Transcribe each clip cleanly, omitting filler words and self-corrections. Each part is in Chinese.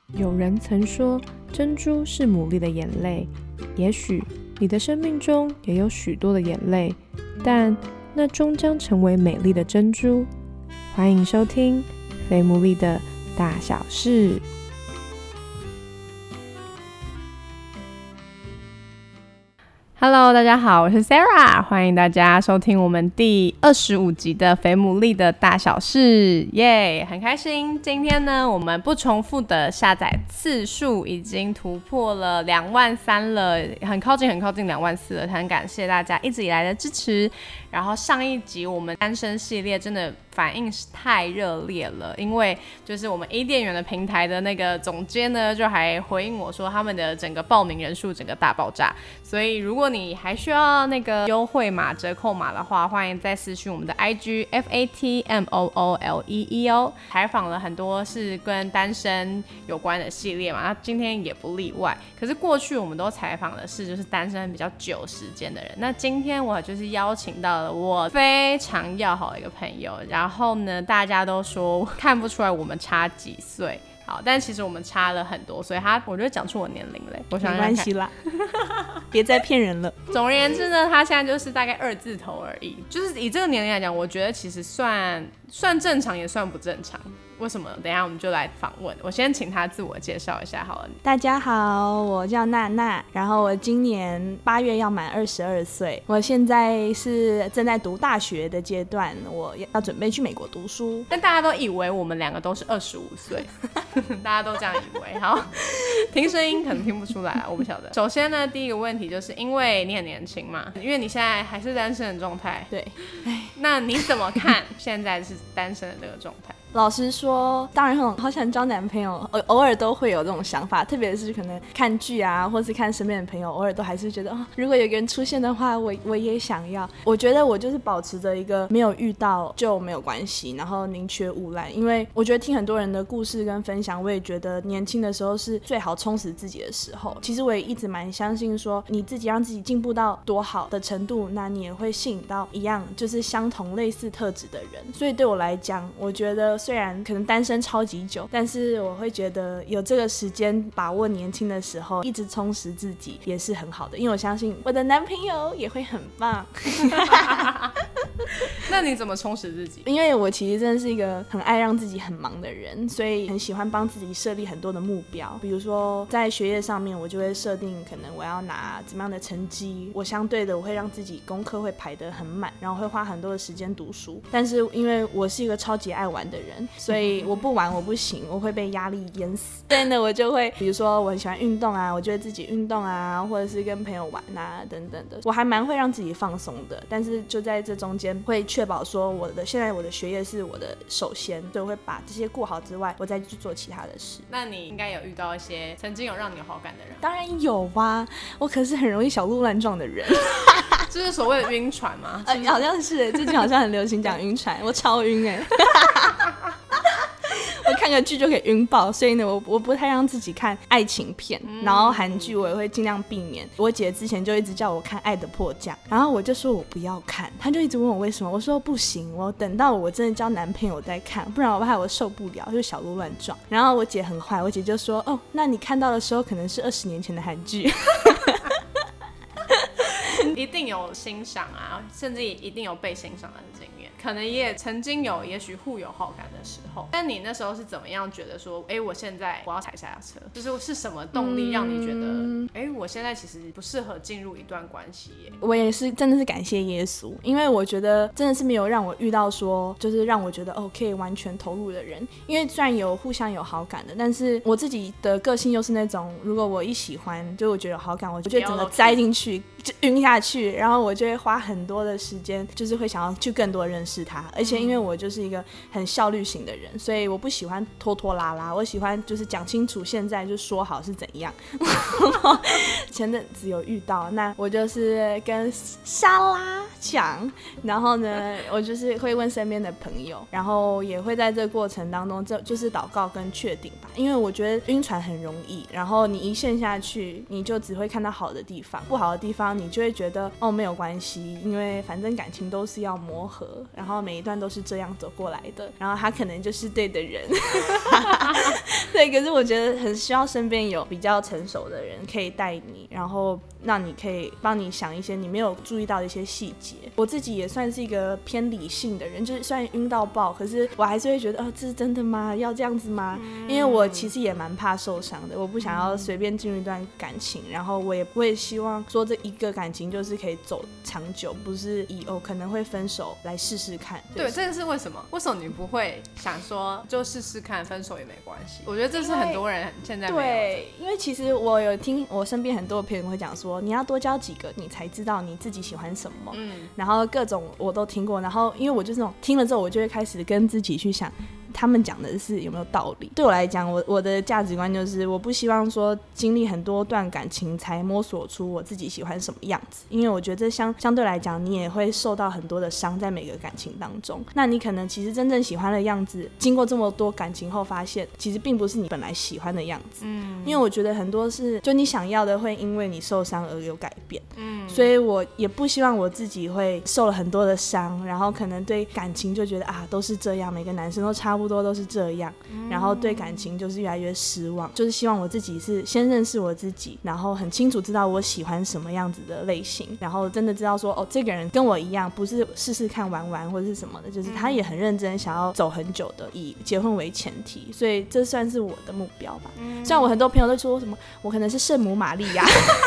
有人曾说，珍珠是牡蛎的眼泪。也许你的生命中也有许多的眼泪，但那终将成为美丽的珍珠。欢迎收听菲牡蛎的大小事。Hello， 大家好，我是 Sarah， 欢迎大家收听我们第25集的菲牡蛎的大小事，耶，很开心。今天呢，我们不重复的下载次数已经突破了23000了，很靠近24000了，很感谢大家一直以来的支持。然后上一集我们单身系列真的反应太热烈了，因为就是我们伊甸园的平台的那个总监呢，就还回应我说他们的整个报名人数整个大爆炸，所以如果你还需要那个优惠码折扣码的话，欢迎再私讯我们的 IG FATMOOLEE 哦。采访了很多是跟单身有关的系列嘛，那今天也不例外。可是过去我们都采访的是就是单身比较久时间的人，那今天我就是邀请到了我非常要好的一个朋友，然后呢，大家都说看不出来我们差几岁。好，但其实我们差了很多，所以我就讲出我年龄嘞。我想没关系啦，别再骗人了。 总而言之呢，他现在就是大概2字头而已，就是以这个年龄来讲，我觉得其实算正常，也算不正常。为什么？等一下我们就来访问。我先请他自我介绍一下好了。 大家好，我叫娜娜，然后我今年8月要满22岁，我现在是正在读大学的阶段，我要准备去美国读书。 但大家都以为我们两个都是25岁，大家都这样以为。好，听声音可能听不出来，我不晓得。首先呢，第一个问题就是因为你很年轻嘛，因为你现在还是单身的状态。 对， 那你怎么看现在是单身的这个状态？ 老实说，当然好想交男朋友，偶尔都会有这种想法，特别是可能看剧啊，或是看身边的朋友，偶尔都还是觉得如果有个人出现的话，我也想要。我觉得我就是保持着一个没有遇到就没有关系，然后宁缺毋滥，因为我觉得听很多人的故事跟分享，我也觉得年轻的时候是最好充实自己的时候。其实我也一直蛮相信说，你自己让自己进步到多好的程度，那你也会吸引到一样就是相同类似特质的人。所以对我来讲，我觉得虽然可能单身超级久，但是我会觉得有这个时间把握年轻的时候一直充实自己也是很好的，因为我相信我的男朋友也会很棒。 那你怎么充实自己？ 因为我其实真的是一个很爱让自己很忙的人，所以很喜欢帮自己设立很多的目标。比如说在学业上面，我就会设定可能我要拿怎么样的成绩，我相对的我会让自己功课会排得很满，然后会花很多的时间读书。但是因为我是一个超级爱玩的人，所以我不玩我不行，我会被压力淹死。所以呢，我就会比如说我很喜欢运动啊，我就会自己运动啊，或者是跟朋友玩啊等等的。我还蛮会让自己放松的，但是就在这中间会确保说现在我的学业是我的首先，所以我会把这些过好之外，我再去做其他的事。 那你应该有遇到一些曾经有让你有好感的人？ 当然有啊，我可是很容易小鹿乱撞的人。 这是所谓的晕船吗？ 好像是，最近好像很流行讲晕船，我超晕我看个剧就可以晕爆，所以呢，我不太让自己看爱情片，然后韩剧我也会尽量避免。我姐之前就一直叫我看《爱的迫降》，然后我就说我不要看，她就一直问我为什么，我说不行，我等到我真的交男朋友再看，不然我怕我受不了，就小鹿乱撞。然后我姐很坏，我姐就说那你看到的时候可能是20年前的韩剧。 一定有欣赏啊，甚至一定有被欣赏的经验，可能也曾经有也许互有好感的时候。但你那时候是怎么样觉得说我现在我要踩下车，就是什么动力让你觉得我现在其实不适合进入一段关系耶？ 我也是真的是感谢耶稣，因为我觉得真的是没有让我遇到说就是让我觉得可以完全投入的人。因为虽然有互相有好感的，但是我自己的个性又是那种如果我一喜欢就我觉得有好感，我就整个栽进去就晕下去，然后我就会花很多的时间，就是会想要去更多认识他。而且因为我就是一个很效率型的人，所以我不喜欢拖拖拉拉，我喜欢就是讲清楚现在就说好是怎样。前阵子有遇到，那我就是跟莎拉讲，然后呢，我就是会问身边的朋友，然后也会在这个过程当中，这就是祷告跟确定吧。因为我觉得晕船很容易，然后你一陷下去，你就只会看到好的地方，不好的地方你就会觉得哦没有关系，因为反正感情都是要磨合，然后每一段都是这样走过来的，然后他可能就是对的人。对，可是我觉得很需要身边有比较成熟的人可以带你，然后让你可以帮你想一些你没有注意到的一些细节。我自己也算是一个偏理性的人，就是虽然晕到爆，可是我还是会觉得这是真的吗？要这样子吗？因为我其实也蛮怕受伤的，我不想要随便进入一段感情，然后我也不会希望说这一个感情就是可以走长久，不是以可能会分手来试试看。 对，这个是为什么？为什么你不会想说就试试看，分手也没关系？我觉得这是很多人现在没有。 对，因为其实我有听我身边很多朋友会讲说，你要多交几个，你才知道你自己喜欢什么。然后各种我都听过，然后因为我就是那种听了之后，我就会开始跟自己去想，他们讲的是有没有道理。对我来讲，我的价值观就是我不希望说经历很多段感情才摸索出我自己喜欢什么样子，因为我觉得这相对来讲你也会受到很多的伤在每个感情当中。那你可能其实真正喜欢的样子，经过这么多感情后发现其实并不是你本来喜欢的样子。因为我觉得很多是就你想要的会因为你受伤而有改变。所以我也不希望我自己会受了很多的伤，然后可能对感情就觉得都是这样，每个男生都差不多都是这样，然后对感情就是越来越失望。就是希望我自己是先认识我自己，然后很清楚知道我喜欢什么样子的类型，然后真的知道说这个人跟我一样，不是试试看玩玩或者是什么的，就是他也很认真想要走很久的，以结婚为前提。所以这算是我的目标吧。虽然我很多朋友都说什么我可能是圣母玛利亚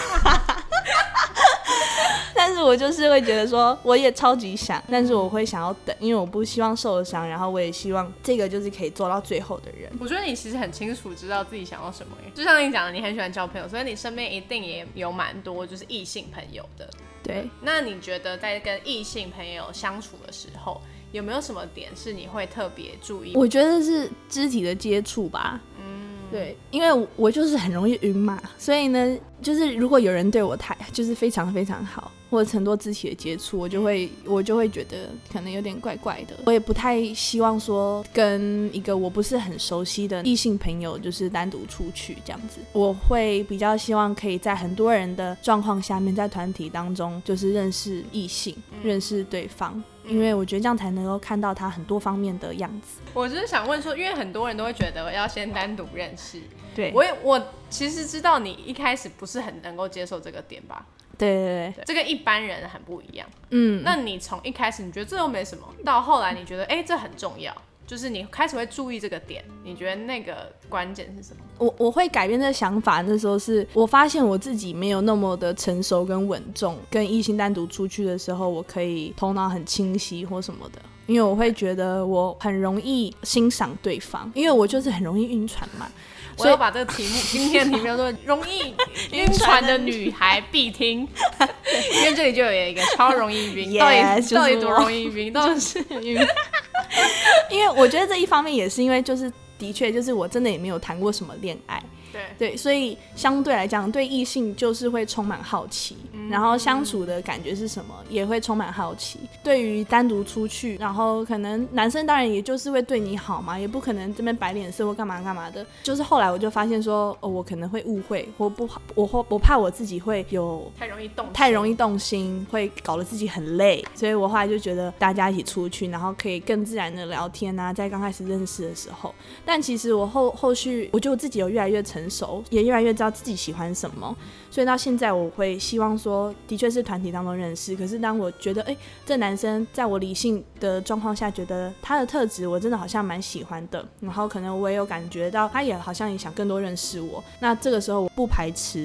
但是我就是会觉得说我也超级想，但是我会想要等，因为我不希望受伤，然后我也希望这个就是可以做到最后的人。 我觉得你其实很清楚知道自己想要什么耶，就像你讲的，你很喜欢交朋友，所以你身边一定也有蛮多就是异性朋友的。 对， 那你觉得在跟异性朋友相处的时候，有没有什么点是你会特别注意？ 我觉得是肢体的接触吧。对，因为我就是很容易晕嘛，所以呢，就是如果有人对我就是非常非常好，或者很多肢体的接触，我就会觉得可能有点怪怪的。我也不太希望说跟一个我不是很熟悉的异性朋友就是单独出去这样子，我会比较希望可以在很多人的状况下面，在团体当中就是认识异性，认识对方。因为我觉得这样才能够看到他很多方面的样子。 我就是想问说，因为很多人都会觉得要先单独认识， 对， 我其实知道你一开始不是很能够接受这个点吧？ 对， 这跟一般人很不一样。那你从一开始你觉得这又没什么，到后来你觉得这很重要，就是你开始会注意这个点，你觉得那个关键是什么？ 我会改变这个想法，那时候是我发现我自己没有那么的成熟跟稳重，跟异性单独出去的时候，我可以头脑很清晰或什么的，因为我会觉得我很容易欣赏对方，因为我就是很容易晕船嘛。 我要把这个题目今天的题目叫做容易晕船的女孩必听因为这里就有一个超容易晕到底多容易晕，到底是晕因为我觉得这一方面也是因为就是的确就是我真的也没有谈过什么恋爱，对，所以相对来讲对异性就是会充满好奇，然后相处的感觉是什么也会充满好奇。对于单独出去，然后可能男生当然也就是会对你好嘛，也不可能这边摆脸色或干嘛干嘛的。就是后来我就发现说我可能会误会，或我怕我自己会有太容易动心，会搞得自己很累，所以我后来就觉得大家一起出去，然后可以更自然的聊天啊，在刚开始认识的时候。但其实我后续我觉得我自己有越来越成熟，也越来越知道自己喜欢什么，所以到现在我会希望说的确是团体当中认识，可是当我觉得这男生在我理性的状况下觉得他的特质我真的好像蛮喜欢的，然后可能我也有感觉到他也好像也想更多认识我，那这个时候我不排斥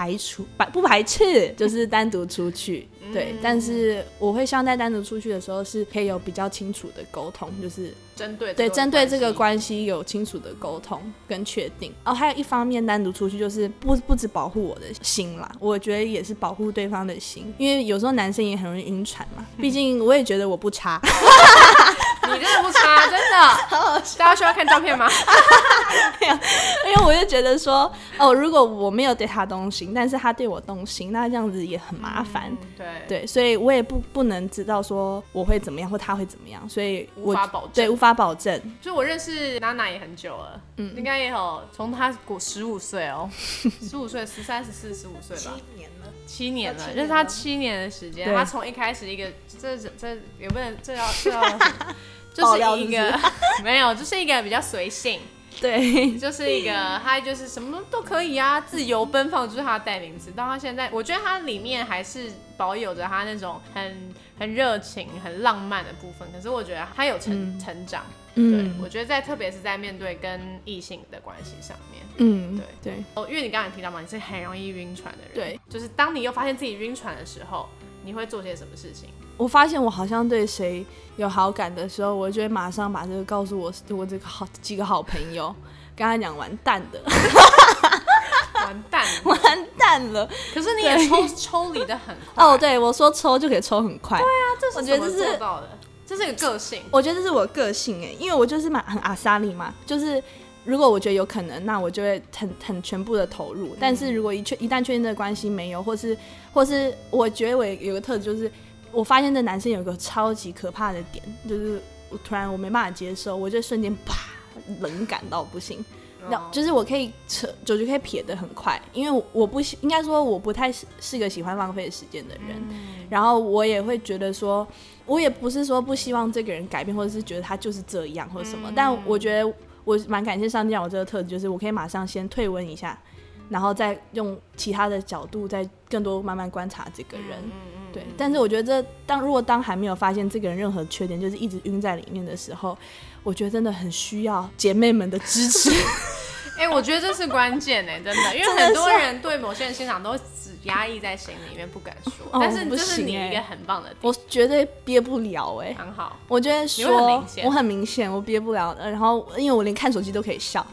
就是单独出去，对，但是我会希望在单独出去的时候是可以有比较清楚的沟通，就是针对这个关系有清楚的沟通跟确定。还有一方面单独出去就是不只保护我的心啦，我觉得也是保护对方的心，因为有时候男生也很容易晕船嘛，毕竟我也觉得我不差你真的不差，真的大家需要看照片吗因为为我就觉得说，哦，如果我没有对他动心，但是他对我动心，那这样子也很麻烦。对，所以我也不能知道说我会怎么样或他会怎么样，所以无法保证。 对，无法保证。 就我认识娜娜也很久了，应该也有从她15岁哦，15岁、13、14、15岁吧，7年了，认识她7年的时间。她从一开始一个这也不能这要就是一个没有，就是一个比较随性。对，就是一个他就是什么都可以啊，自由奔放就是他的代名词。到他现在，我觉得他里面还是保有着他那种很热情、很浪漫的部分。可是我觉得他有成长，对，我觉得特别是在面对跟异性的关系上面，对。因为你刚才提到嘛，你是很容易晕船的人，对，就是当你又发现自己晕船的时候，你会做些什么事情？ 我发现我好像对谁有好感的时候，我就会马上把这个告诉我这个几个好朋友，跟他讲完蛋的，完蛋了。可是你也抽离的很快哦，对，我说抽就可以抽很快。 对啊，这是怎么做到的？这是一个个性， 我觉得这是我的个性因为我就是很阿莎莉嘛，就是如果我觉得有可能，那我就会很全部的投入。但是如果一旦确定这个关系没有，或是我觉得我有个特质就是。我发现这男生有一个超级可怕的点，就是突然我没办法接受，我就瞬间啪冷感到不行，就是我可以就可以撇得很快，因为我不应该说我不太是个喜欢浪费时间的人，然后我也会觉得说，我也不是说不希望这个人改变，或者是觉得他就是这样或者什么，但我觉得我蛮感谢上帝让我这个特质，就是我可以马上先退温一下，然后再用其他的角度再更多慢慢观察这个人。对，但是我觉得如果还没有发现这个人任何缺点，就是一直晕在里面的时候，我觉得真的很需要姐妹们的支持。 我觉得这是关键真的，因为很多人对某些人欣赏都只压抑在心里面不敢说，但是这是你一个很棒的点， 我绝对憋不了很好。我觉得说我很明显我憋不了然后因为我连看手机都可以笑。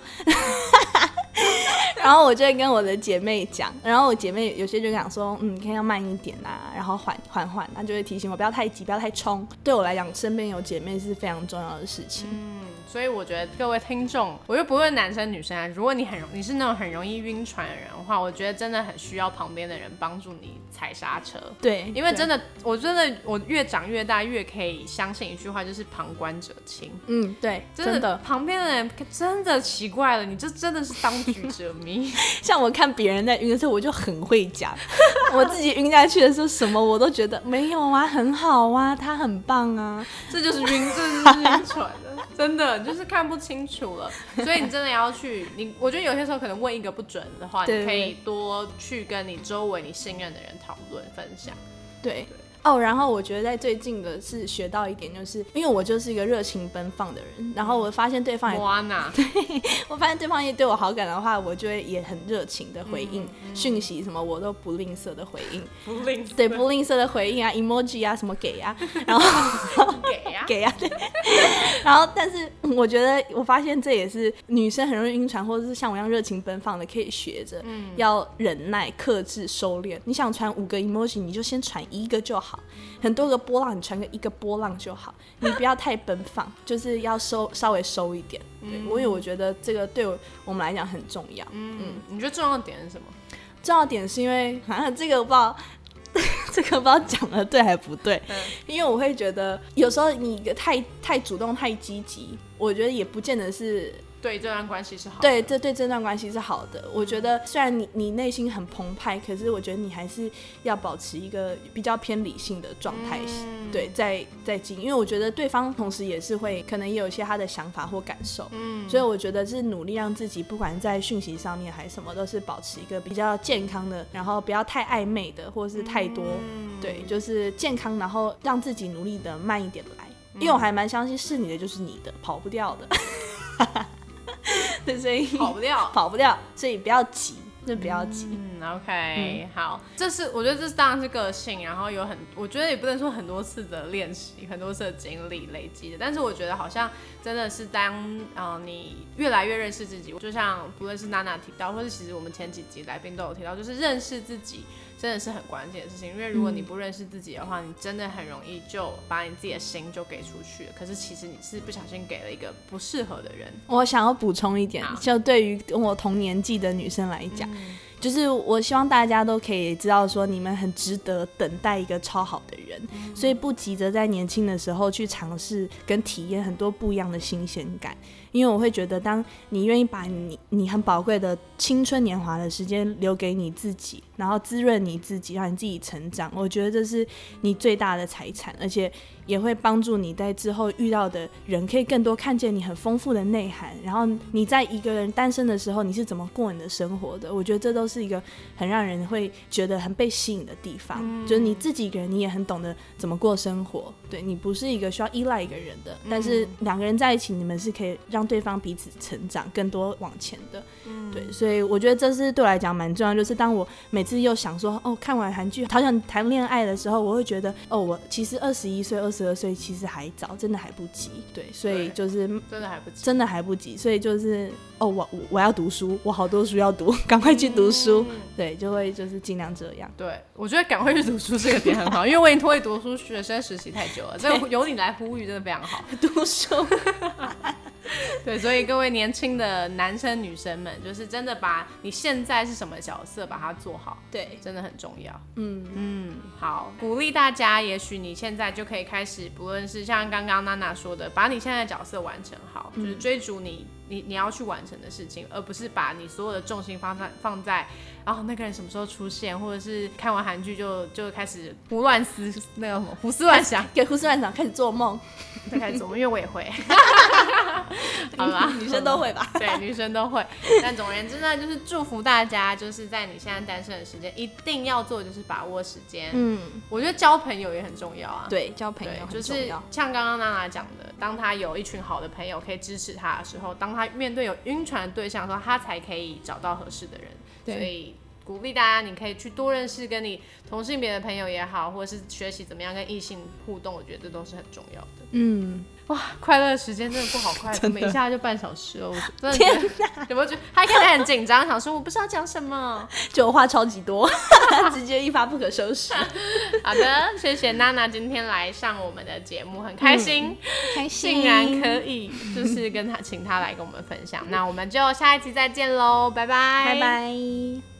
然后我就会跟我的姐妹讲，然后我姐妹有些就讲说，你可以要慢一点啊，然后缓，她就会提醒我不要太急，不要太冲。对我来讲，身边有姐妹是非常重要的事情。 所以我觉得各位听众，我又不论男生女生啊，如果你是那种很容易晕船的人的话，我觉得真的很需要旁边的人帮助你踩刹车。 对， 因为真的，我越长越大，越可以相信一句话，就是旁观者清。 对， 真的，旁边的人真的奇怪了，你这真的是当局者迷。 像我看别人在晕的时候，我就很会讲，我自己晕下去的时候，什么我都觉得没有啊，很好啊，他很棒啊， 这就是晕船了，真的就是看不清楚了。所以你真的要去，我觉得有些时候可能问一个不准的话，你可以多去跟你周围你信任的人讨论分享。对。 然后我觉得在最近的是学到一点，就是因为我就是一个热情奔放的人，然后我发现对方也我发现对方也对我好感的话，我就会也很热情的回应讯息，什么我都不吝啬的回应，不吝啬的回应啊 ，emoji 啊，什么给啊，然后给啊，对。然后但是我觉得我发现这也是女生很容易晕船，或者是像我一样热情奔放的，可以学着要忍耐、克制、收敛。你想传5个 emoji， 你就先传1个就好。很多个波浪，你传一个波浪就好，你不要太奔放，就是要稍微收一点。对，因为我觉得这个对我们来讲很重要。 你觉得重要的点是什么？ 重要的点是因为这个我不知道，这个不知道讲的对还不对。因为我会觉得有时候你太主动、太积极，我觉得也不见得是。 对这段关系是好的， 对，这对这段关系是好的。我觉得虽然你内心很澎湃，可是我觉得你还是要保持一个比较偏理性的状态，对，在经营。因为我觉得对方同时也是会可能也有一些他的想法或感受，所以我觉得是努力让自己不管在讯息上面还是什么，都是保持一个比较健康的，然后不要太暧昧的，或是太多，对，就是健康，然后让自己努力的慢一点来。因为我还蛮相信是你的就是你的，跑不掉的。对，所以跑不掉， 所以不要急， 就不要急。 OK，好，我觉得这当然是个性，然后我觉得也不能说很多次的练习，很多次的经历累积的，但是我觉得好像真的是当你越来越认识自己，就像不论是娜娜提到，或是其实我们前几集来宾都有提到，就是认识自己真的是很关键的事情，因为如果你不认识自己的话，你真的很容易就把你自己的心就给出去了，可是其实你是不小心给了一个不适合的人。 我想要补充一点，就对于跟我同年纪的女生来讲，就是我希望大家都可以知道说，你们很值得等待一个超好的人，所以不急着在年轻的时候去尝试跟体验很多不一样的新鲜感。因为我会觉得，当你愿意把你很宝贵的青春年华的时间留给你自己，然后滋润你自己，让你自己成长，我觉得这是你最大的财产，而且也会帮助你在之后遇到的人可以更多看见你很丰富的内涵，然后你在一个人单身的时候你是怎么过你的生活的，我觉得这都是一个很让人会觉得很被吸引的地方，就是你自己一个人你也很懂得怎么过生活，对，你不是一个需要依赖一个人的，但是两个人在一起你们是可以让对方彼此成长更多往前的，对，所以我觉得这是对我来讲蛮重要，就是当我每次又想说看完韩剧好想谈恋爱的时候，我会觉得我其实21岁22岁其实还早，真的还不急，对，所以就是真的还不急， 所以就是我要读书，我好多书要读，赶快去读书，对，就会就是尽量这样。 对，我觉得赶快去读书这个点很好，因为我已经脱离读书学生时期太久了，这个由你来呼吁真的非常好。 读书对，所以各位年轻的男生女生们，就是真的把你现在是什么角色把它做好， 对， 真的很重要。好，鼓励大家，也许你现在就可以开始，不论是像刚刚娜娜说的，把你现在的角色完成好，就是追逐你要去完成的事情，而不是把你所有的重心放在那个人什么时候出现，或者是看完韩剧就开始胡思乱想， 给胡思乱想，开始做梦， 再开始做梦，因为我也会。好啦， 女生都会吧？ 对，女生都会。但总而言之呢，就是祝福大家，就是在你现在单身的时间，一定要做的就是把握时间。我觉得交朋友也很重要啊。 对，交朋友很重要。 就是像刚刚娜娜讲的，当他有一群好的朋友可以支持他的时候，当他面对有晕船的对象的时候，他才可以找到合适的人。所以鼓励大家，你可以去多认识跟你同性别的朋友也好，或者是学习怎么样跟异性互动，我觉得这都是很重要的。哇，快乐的时间真的过好快，我们一下就半小时了，我真的觉得有没有觉得还看起来很紧张，想说我不知道讲什么， 就我话超级多，直接一发不可收拾。 好的，谢谢娜娜今天来上我们的节目，很开心，竟然可以就是请她来跟我们分享。那我们就下一集再见喽，拜拜， 拜拜。